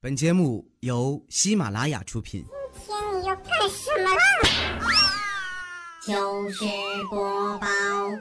本节目由喜马拉雅出品。 今天你要干什么啦？ 糗事播报。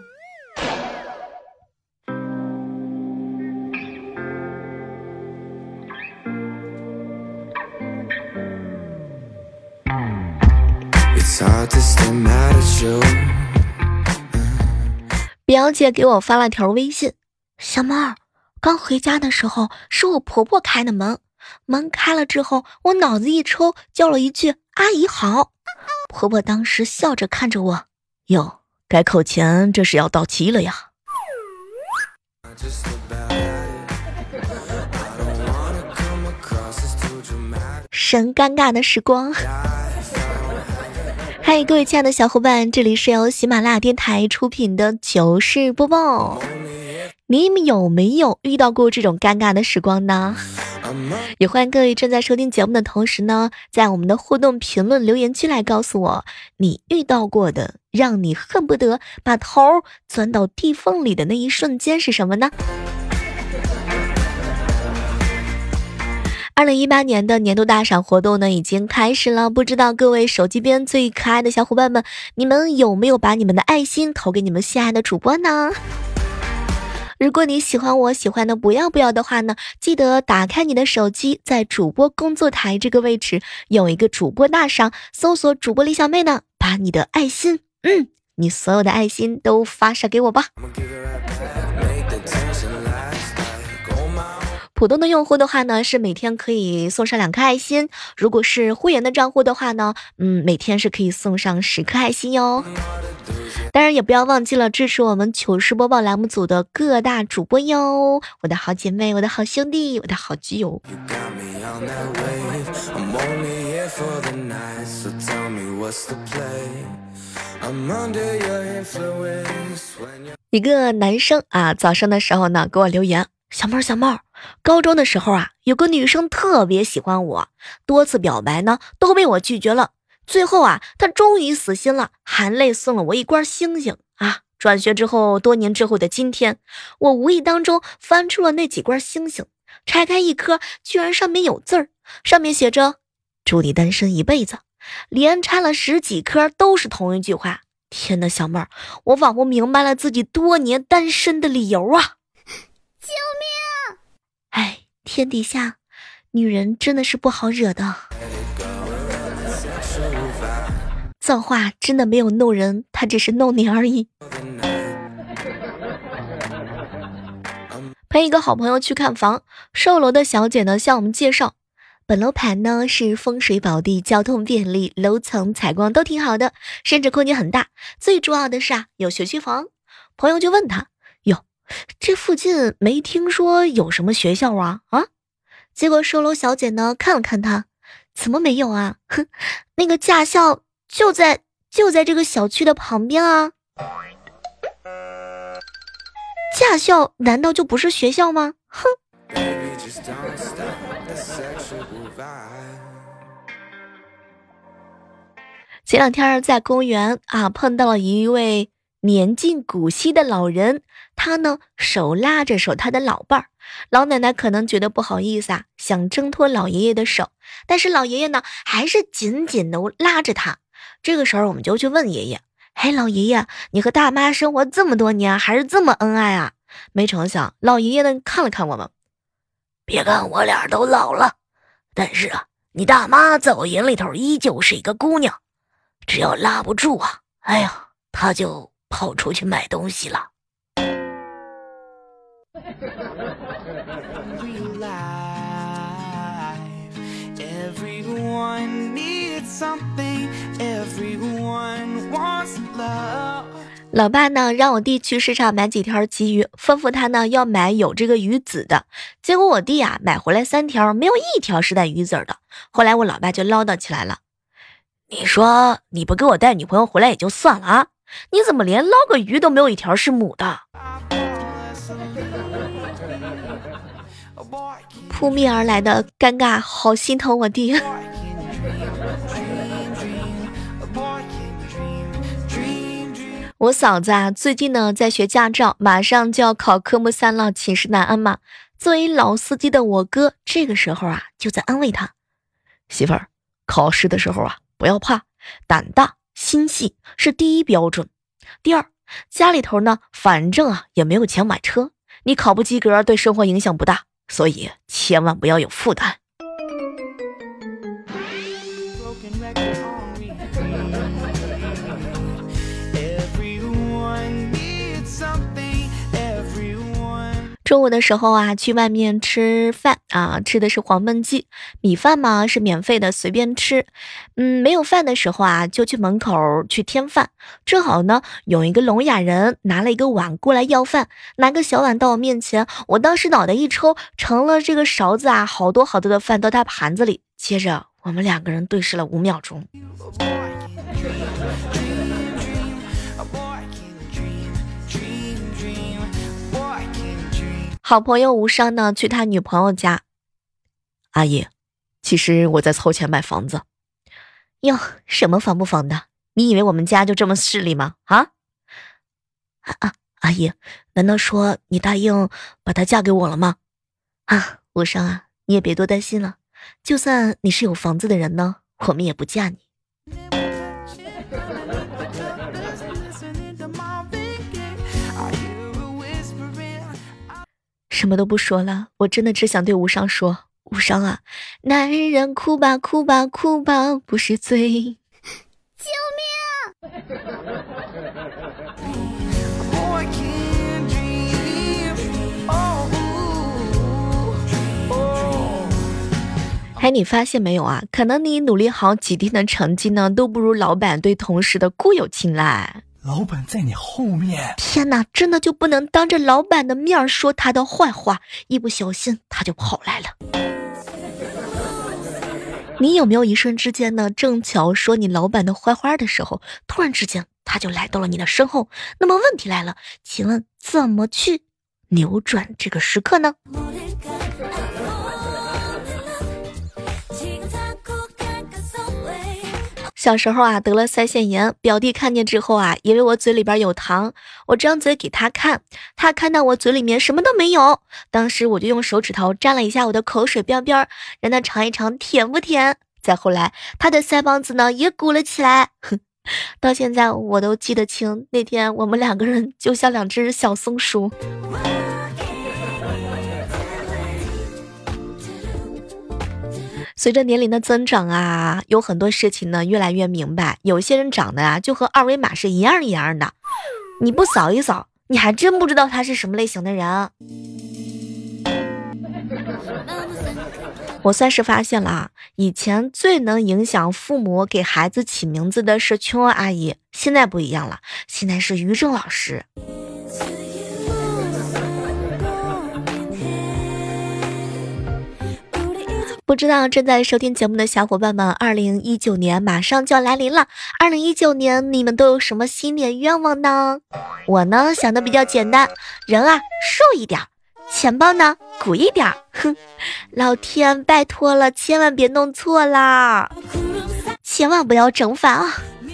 表姐给我发了条微信，小妹儿，刚回家的时候是我婆婆开的门，门开了之后我脑子一抽，叫了一句阿姨好。婆婆当时笑着看着我，哟，改口钱这是要到期了呀。神尴尬的时光。嗨，各位亲爱的小伙伴，这里是由喜马拉雅电台出品的糗事播报。你们有没有遇到过这种尴尬的时光呢？也欢迎各位正在收听节目的同时呢，在我们的互动评论留言区来告诉我，你遇到过的让你恨不得把头钻到地缝里的那一瞬间是什么呢？2018年的年度大赏活动呢已经开始了，不知道各位手机边最可爱的小伙伴们，你们有没有把你们的爱心投给你们心爱的主播呢？如果你喜欢我喜欢的不要的话呢，记得打开你的手机，在主播工作台这个位置有一个主播大赏，搜索主播李小妹呢，把你的爱心你所有的爱心都发射给我吧。普通的用户的话呢，是每天可以送上2颗爱心，如果是会员的账户的话呢，每天是可以送上10颗爱心哟。当然也不要忘记了支持我们糗事播报栏目组的各大主播哟，我的好姐妹，我的好兄弟，我的好基友。一个男生啊，早上的时候呢给我留言，小妹儿，高中的时候啊，有个女生特别喜欢我，多次表白呢都被我拒绝了。最后啊，她终于死心了，含泪送了我一罐星星啊！转学之后，多年之后的今天，我无意当中翻出了那几罐星星，拆开一颗，居然上面有字儿，上面写着“祝你单身一辈子”，连拆了10几颗都是同一句话。天哪，小妹儿，我仿佛明白了自己多年单身的理由啊！ 救命！ 哎，天底下女人真的是不好惹的。造化真的没有弄人，他只是弄你而已。陪一个好朋友去看房，售楼的小姐呢向我们介绍，本楼盘呢是风水宝地，交通便利，楼层采光都挺好的，甚至空间很大，最重要的是有学区房。朋友就问他，哟，这附近没听说有什么学校啊？结果售楼小姐呢看了看他，怎么没有啊？哼，那个驾校就在这个小区的旁边啊。驾校难道就不是学校吗？哼。前2天在公园碰到了一位年近古稀的老人，他呢手拉着手他的老伴儿，老奶奶可能觉得不好意思想挣脱老爷爷的手，但是老爷爷呢还是紧紧的拉着他。这个时候我们就去问爷爷，嘿，老爷爷，你和大妈生活这么多年还是这么恩爱啊？没成想老爷爷呢看了看我们， 别看我俩都老了，但是你大妈在我眼里头依旧是一个姑娘，只要拉不住哎呀，她就跑出去买东西了。 老爸呢让我弟去市场买几条鲫鱼，吩咐他呢要买有这个鱼籽的，结果我弟买回来3条，没有1条是带鱼籽的。后来我老爸就唠叨起来了， 你说你不给我带女朋友回来也就算了你怎么连捞个鱼都没有1条是母的？ 扑面而来的尴尬，好心疼我弟。我嫂子最近呢在学驾照，马上就要考科目3了，寝食难安嘛。 作为老司机的我哥，这个时候啊就在安慰他：媳妇儿，考试的时候啊不要怕，胆大心细是第一标准。第二，家里头呢反正啊也没有钱买车，你考不及格对生活影响不大，所以千万不要有负担。中午的时候啊，去外面吃饭啊，吃的是黄焖鸡，米饭嘛是免费的，随便吃。没有饭的时候啊，就去门口去添饭。正好呢，有一个聋哑人拿了一个碗过来要饭，拿个小碗到我面前，我当时脑袋一抽，成了这个勺子啊，好多好多的饭到他盘子里。接着我们两个人对视了5秒钟。好朋友吴商呢，去他女朋友家。阿姨，其实我在凑钱买房子。哟，什么房不房的？你以为我们家就这么势利吗？阿姨，难道说你答应把她嫁给我了吗？吴商啊，你也别多担心了，就算你是有房子的人呢，我们也不嫁你。什么都不说了，我真的只想对吴商说，吴商啊，男人哭吧哭吧哭吧不是罪。 救命！ 你发现没有啊？可能你努力好几天的成绩呢，都不如老板对同事的固有青睐。 老板在你后面。 天哪，真的就不能当着老板的面说他的坏话，一不小心他就跑来了。你有没有一瞬之间呢，正巧说你老板的坏话的时候，突然之间他就来到了你的身后？那么问题来了，请问怎么去扭转这个时刻呢？小时候啊，得了腮腺炎，表弟看见之后啊，以为我嘴里边有糖，我张嘴给他看，他看到我嘴里面什么都没有，当时我就用手指头沾了一下我的口水边边，让他尝一尝甜不甜。再后来，他的腮帮子呢也鼓了起来，到现在我都记得清，那天我们两个人就像2只小松鼠。随着年龄的增长啊，有很多事情呢越来越明白，有些人长得啊就和二维码是一样一样的，你不扫一扫，你还真不知道他是什么类型的人。我算是发现了啊，以前最能影响父母给孩子起名字的是琼儿阿姨，现在不一样了，现在是于正老师。不知道正在收听节目的小伙伴们，2019年马上就要来临了。2019年你们都有什么新年愿望呢？我呢想的比较简单，人啊瘦一点，钱包呢鼓一点。老天拜托了，千万别弄错啦，千万不要整反啊。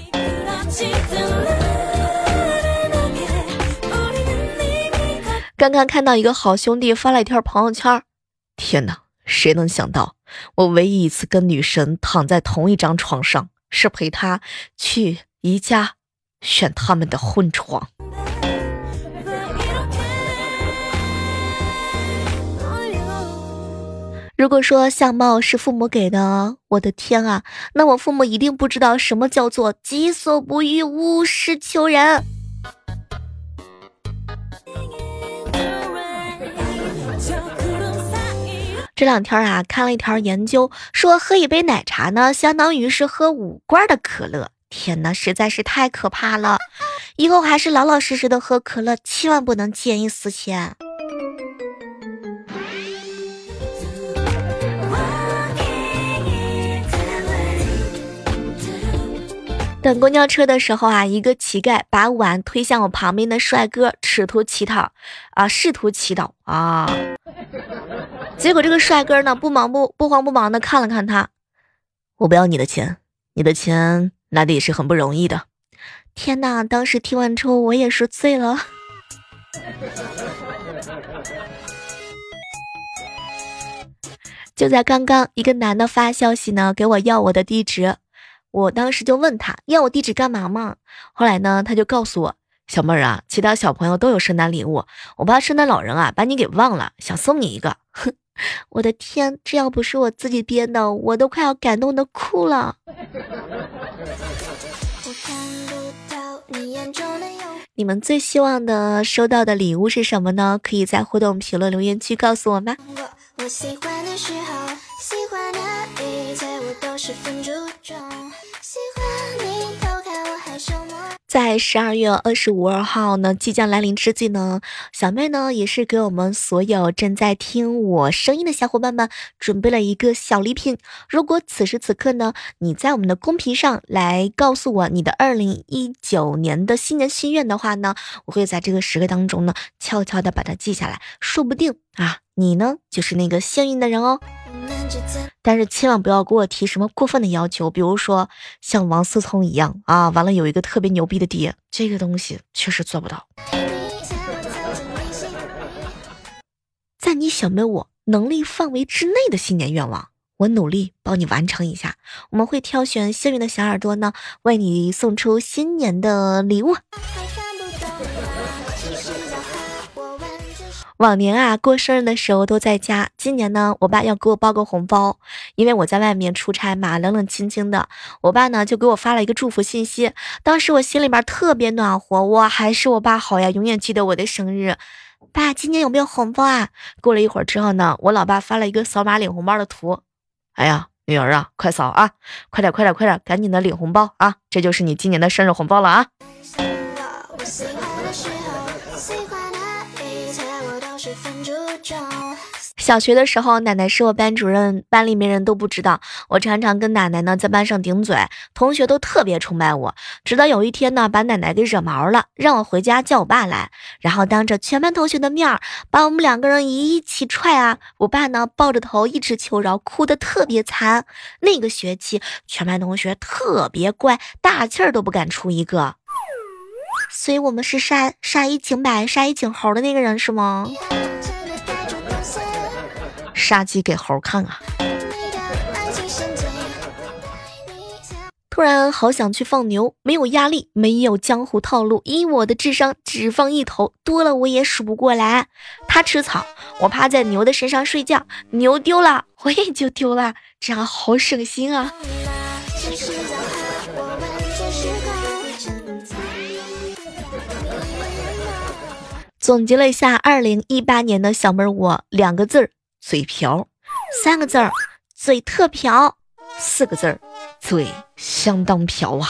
刚刚看到一个好兄弟发了一条朋友圈，天哪，谁能想到我唯一一次跟女神躺在同一张床上，是陪她去宜家选他们的婚床。如果说相貌是父母给的，我的天啊，那我父母一定不知道什么叫做己所不欲，勿施求人。这2天啊，看了一条研究，说喝一杯奶茶呢，相当于是喝5罐的可乐。天哪，实在是太可怕了！以后还是老老实实的喝可乐，千万不能见异思迁。等公交车的时候啊，一个乞丐把碗推向我旁边的帅哥，试图乞讨啊。结果这个帅哥呢，不慌不忙的看了看他，我不要你的钱，你的钱来的也是很不容易的。天哪，当时听完之后我也是醉了。 就在刚刚，一个男的发消息呢，给我要我的地址。我当时就问他要我地址干嘛嘛？后来呢，他就告诉我，小妹儿啊，其他小朋友都有圣诞礼物，我怕圣诞老人啊把你给忘了，想送你一个。哼，我的天，这要不是我自己编的，我都快要感动的哭了。你们最希望的收到的礼物是什么呢？可以在互动评论留言区告诉我吗？我喜欢的时候，喜欢的一切我都十分注重，喜欢你偷看我害羞吗？在12月25号呢即将来临之际呢，小妹呢也是给我们所有正在听我声音的小伙伴们准备了一个小礼品。如果此时此刻呢，你在我们的公屏上来告诉我你的2019年的新年心愿的话呢，我会在这个时刻当中呢悄悄的把它记下来，说不定啊你呢就是那个幸运的人哦。但是千万不要给我提什么过分的要求，比如说像王思聪一样啊，完了有一个特别牛逼的爹，这个东西确实做不到。在你小妹我能力范围之内的新年愿望，我努力帮你完成一下。我们会挑选幸运的小耳朵呢，为你送出新年的礼物。往年啊过生日的时候都在家，今年呢我爸要给我包个红包，因为我在外面出差嘛，冷冷清清的，我爸呢就给我发了一个祝福信息。当时我心里边特别暖和，我还是我爸好呀，永远记得我的生日。爸，今年有没有红包啊？过了一会儿之后呢，我老爸发了一个扫码领红包的图。哎呀，女儿啊，快扫啊，快点，赶紧的领红包啊，这就是你今年的生日红包了啊。小学的时候，奶奶是我班主任，班里面人都不知道。我常常跟奶奶呢在班上顶嘴，同学都特别崇拜我。直到有一天呢，把奶奶给惹毛了，让我回家叫我爸来，然后当着全班同学的面把我们两个人一起踹啊！我爸呢抱着头一直求饶，哭得特别惨。那个学期，全班同学特别乖，大气儿都不敢出一个。所以我们是杀一儆百、杀一儆猴的那个人是吗？杀鸡给猴看啊！突然好想去放牛，没有压力，没有江湖套路，以我的智商只放一头，多了我也数不过来。他吃草，我趴在牛的身上睡觉，牛丢了我也就丢了，这样好省心啊！总结了一下2018年的小妹我，2个字儿嘴瓢，3个字儿嘴特瓢，4个字儿嘴相当瓢啊。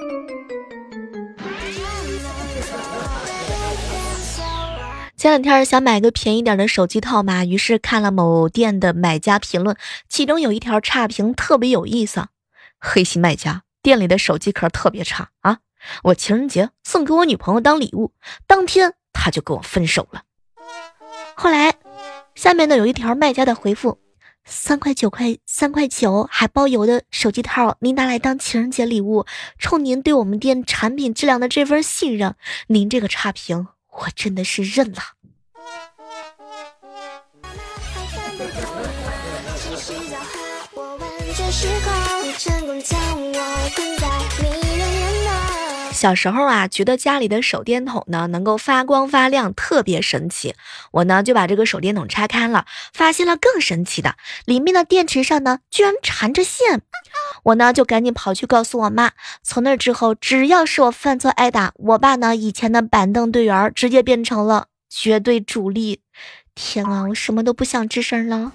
前两天想买个便宜点的手机套嘛，于是看了某店的买家评论，其中有一条差评特别有意思。黑心卖家，店里的手机壳特别差啊！我情人节送给我女朋友当礼物，当天他就跟我分手了。后来下面呢有一条卖家的回复，3块9还包邮的手机套，您拿来当情人节礼物，冲您对我们店产品质量的这份信任，您这个差评我真的是认了。小时候啊，觉得家里的手电筒呢能够发光发亮，特别神奇。我呢就把这个手电筒拆开了，发现了更神奇的，里面的电池上呢居然缠着线。我呢就赶紧跑去告诉我妈。从那之后，只要是我犯错挨打，我爸呢以前的板凳队员直接变成了绝对主力。天啊，我什么都不想吱声了。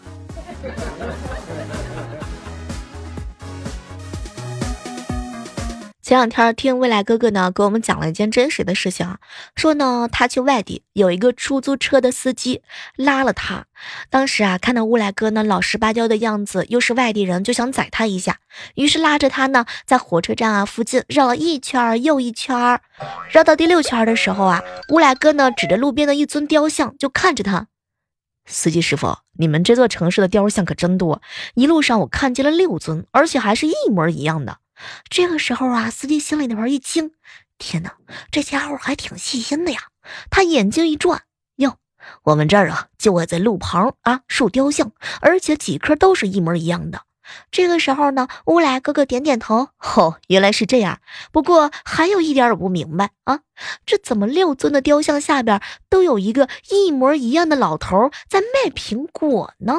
前两天听未来哥哥呢给我们讲了一件真实的事情啊，说呢他去外地，有一个出租车的司机拉了他，当时啊看到未来哥呢老实巴交的样子，又是外地人，就想宰他一下，于是拉着他呢在火车站啊附近绕了一圈又一圈，绕到第6圈的时候啊，未来哥呢指着路边的一尊雕像就看着他，司机师傅，你们这座城市的雕像可真多，一路上我看见了6尊，而且还是一模一样的。这个时候啊，司机心里那边一惊，天哪，这家伙还挺细心的呀。他眼睛一转，哟， 我们这儿啊就会在路旁啊竖雕像，而且几颗都是一模一样的。 这个时候呢，乌来哥哥点点头，原来是这样。不过还有一点我不明白啊，这怎么6尊的雕像下边都有一个一模一样的老头在卖苹果呢？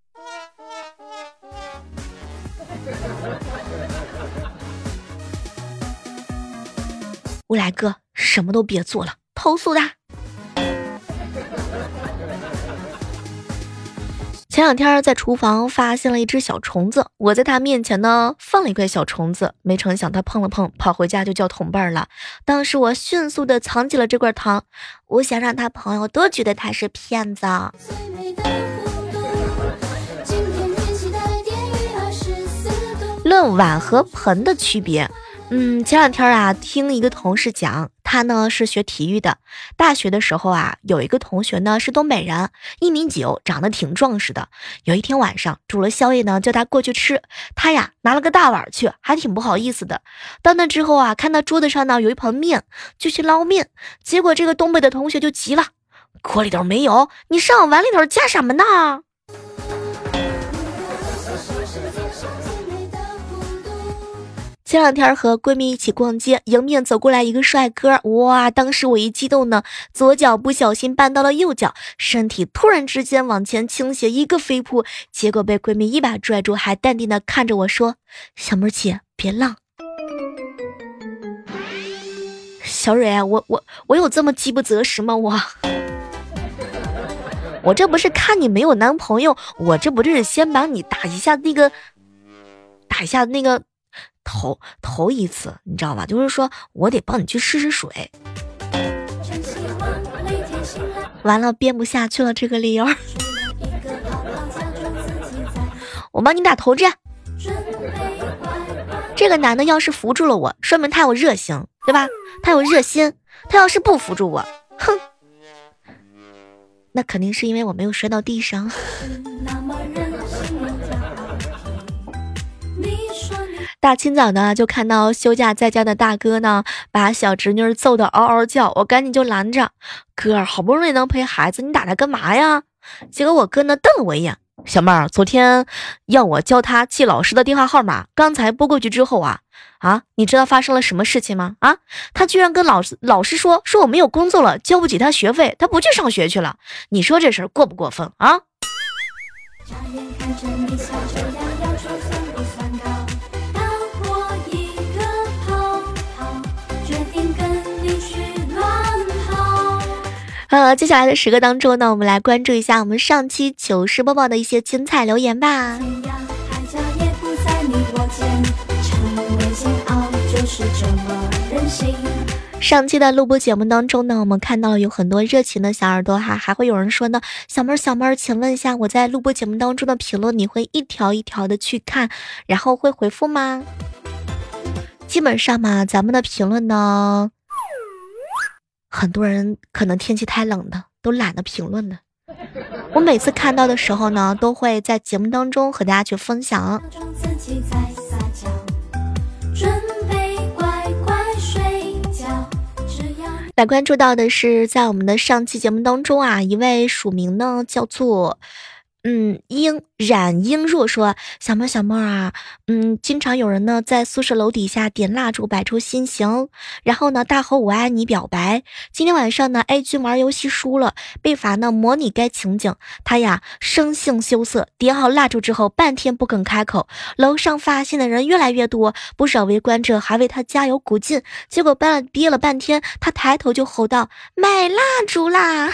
乌来哥，什么都别做了，投诉他。前两天在厨房发现了一只小虫子，我在他面前呢放了一块小虫子，没成想他碰了碰，跑回家就叫同伴了。当时我迅速的藏起了这块糖，我想让他朋友都觉得他是骗子。论碗和盆的区别，前两天啊，听一个同事讲，他呢是学体育的。大学的时候啊，有一个同学呢是东北人，1.9米，长得挺壮实的。有一天晚上煮了宵夜呢，叫他过去吃，他呀拿了个大碗去，还挺不好意思的。到那之后啊，看到桌子上呢有一盆面，就去捞面。结果这个东北的同学就急了，锅里头没有，你上碗里头加什么呢？前两天和闺蜜一起逛街，迎面走过来一个帅哥，哇！当时我一激动呢，左脚不小心绊到了右脚，身体突然之间往前倾斜，一个飞扑，结果被闺蜜一把拽住，还淡定的看着我说：“小妹姐，别浪。”小蕊啊，我有这么饥不择食吗？我这不是看你没有男朋友，我这不是先把你打一下那个头一次，你知道吧？就是说我得帮你去试试水。完了，编不下去了这个理由。我帮你打头阵。这个男的要是扶住了我，说明他有热心，对吧？他有热心。他要是不扶住我，哼，那肯定是因为我没有摔到地上。大清早呢，就看到休假在家的大哥呢，把小侄女揍得嗷嗷叫，我赶紧就拦着，哥，好不容易能陪孩子，你打他干嘛呀？结果我哥呢瞪了我一眼，小妹儿，昨天要我教他记老师的电话号码，刚才拨过去之后啊，你知道发生了什么事情吗？他居然跟老师说我没有工作了，交不起他学费，他不去上学去了。你说这事儿过不过分啊？接下来的时刻当中呢，我们来关注一下我们上期糗事播报的一些精彩留言吧。上期的录播节目当中呢，我们看到了有很多热情的小耳朵哈，还会有人说呢，小妹儿，请问一下，我在录播节目当中的评论，你会一条一条的去看，然后会回复吗？基本上嘛，咱们的评论呢，很多人可能天气太冷的都懒得评论了。我每次看到的时候呢，都会在节目当中和大家去分享。来关注到的是，在我们的上期节目当中啊，一位署名呢叫做冉英若说，小妹儿啊，经常有人呢在宿舍楼底下点蜡烛摆出心形，然后呢大吼我爱你表白。今天晚上呢 A 君玩游戏输了，被罚呢模拟该情景，他呀生性羞涩，点好蜡烛之后半天不肯开口，楼上发现的人越来越多，不少围观者还为他加油鼓劲，结果憋了半天，他抬头就吼道，买蜡烛啦。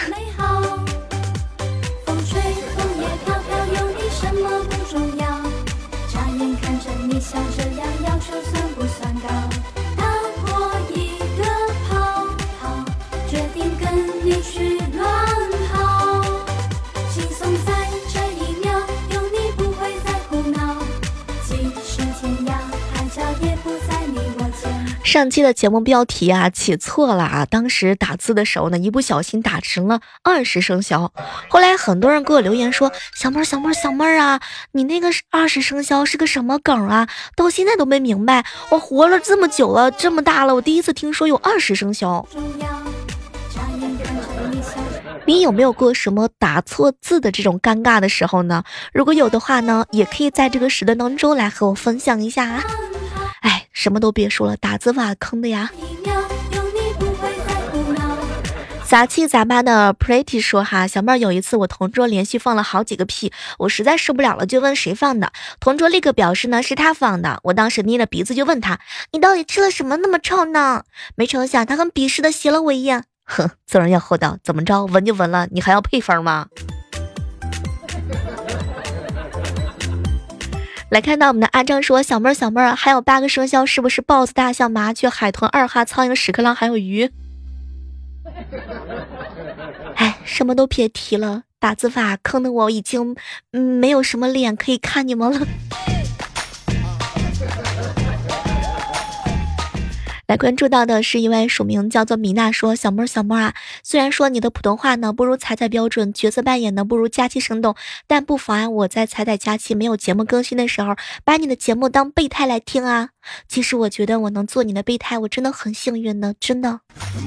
像这样要求算不算高？打破一个泡泡，决定跟你去乱跑。轻松在这一秒，有你不会再苦恼。即使天涯海角也不在你我间。上期的节目标题啊起错了啊，当时打字的时候呢，一不小心打成了20生肖。后来很多人给我留言说，小妹儿啊，你那个20生肖是个什么梗啊？到现在都没明白。我活了这么久了，这么大了，我第一次听说有20生肖。 你有没有过什么打错字的这种尴尬的时候呢？如果有的话呢，也可以在这个时段当中来和我分享一下啊。哎，什么都别说了，打字法坑的呀。杂七杂八的 Pretty 说哈，小妹儿有一次我同桌连续放了好几个屁，我实在受不了了，就问谁放的，同桌立刻表示呢是他放的，我当时捏着鼻子就问他，你到底吃了什么那么臭呢？没成想他很鄙视的斜了我一眼，哼，做人要厚道，怎么着闻就闻了，你还要配分吗？来看到我们的阿张说，小妹儿还有8个生肖是不是豹子、大象、麻雀、海豚、二哈、苍蝇、屎壳郎还有鱼？哎，什么都别提了，打字法坑的我已经没有什么脸可以看你们了。来关注到的是一位署名叫做米娜说，小妹儿啊，虽然说你的普通话呢不如彩彩标准，角色扮演呢不如佳期生动，但不妨碍我在彩彩佳期没有节目更新的时候，把你的节目当备胎来听啊。其实我觉得我能做你的备胎，我真的很幸运呢，真的。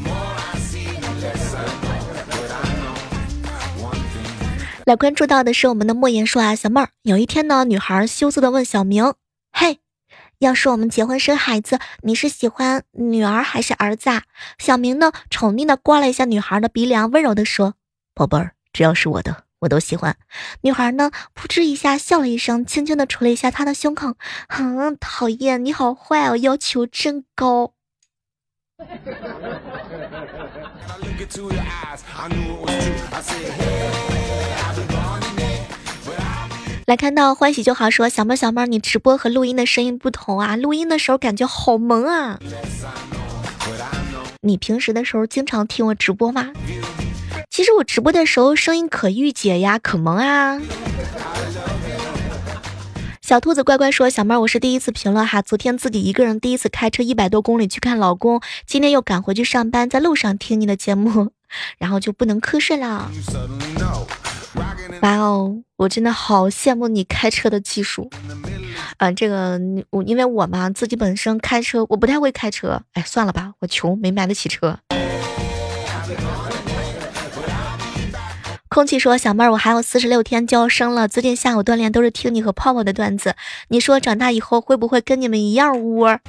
来关注到的是我们的莫言说啊，小妹儿，有一天呢，女孩羞涩的问小明，嘿，要是我们结婚生孩子，你是喜欢女儿还是儿子啊？小明呢宠溺的刮了一下女孩的鼻梁，温柔的说，宝贝儿，只要是我的我都喜欢。女孩呢扑哧一下笑了一声，轻轻的捶了一下他的胸口，讨厌，你好坏哦，要求真高。来看到欢喜就好说，小妹儿，你直播和录音的声音不同啊，录音的时候感觉好萌啊。你平时的时候经常听我直播吗？其实我直播的时候声音可御姐呀，可萌啊。小兔子乖乖说，小妹儿，我是第一次评论哈，昨天自己一个人第一次开车100多公里去看老公，今天又赶回去上班，在路上听你的节目，然后就不能瞌睡了。哇哦，我真的好羡慕你开车的技术。这个因为我嘛自己本身开车我不太会开车，哎，算了吧，我穷没买得起车。空气说，小妹儿，我还有46天就要生了，最近下午锻炼都是听你和泡泡的段子，你说长大以后会不会跟你们一样窝？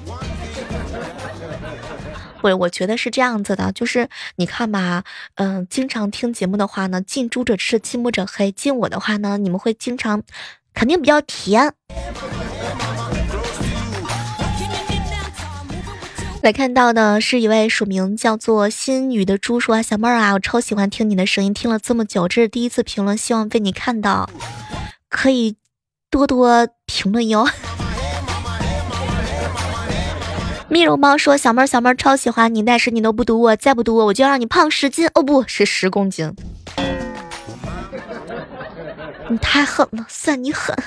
我觉得是这样子的，就是你看吧，经常听节目的话呢，近朱者赤，近墨者黑，近我的话呢，你们会经常肯定比较甜。来看到的是一位署名叫做心语的猪说，小妹儿啊，我超喜欢听你的声音，听了这么久，这是第一次评论，希望被你看到，可以多多评论哟。蜜肉猫说，小妹儿超喜欢你，但是你都不读我，再不读我就要让你胖10斤，哦不是10公斤。你太狠了，算你狠。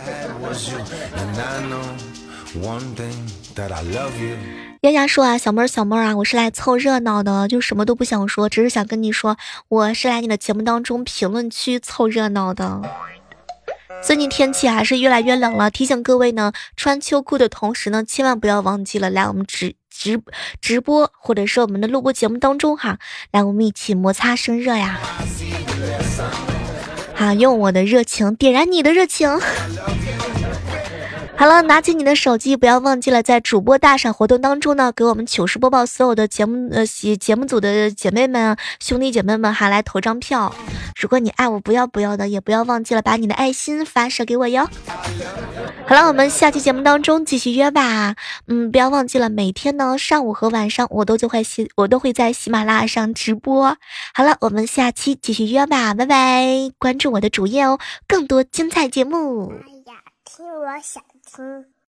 丫丫说啊，小妹儿啊，我是来凑热闹的，就什么都不想说，只是想跟你说，我是来你的节目当中评论区凑热闹的。最近天气还是越来越冷了，提醒各位呢，穿秋裤的同时呢，千万不要忘记了来我们直播或者是我们的录播节目当中哈，来我们一起摩擦生热呀，用我的热情点燃你的热情。好了，拿起你的手机，不要忘记了在主播大赏活动当中呢，给我们糗事播报所有的节目组的姐妹们、兄弟姐妹们还来投张票。如果你爱我不要的，也不要忘记了把你的爱心发射给我哟。好了，我们下期节目当中继续约吧。不要忘记了每天呢上午和晚上我都会在喜马拉雅上直播。好了，我们下期继续约吧，拜拜！关注我的主页哦，更多精彩节目。 听我想听。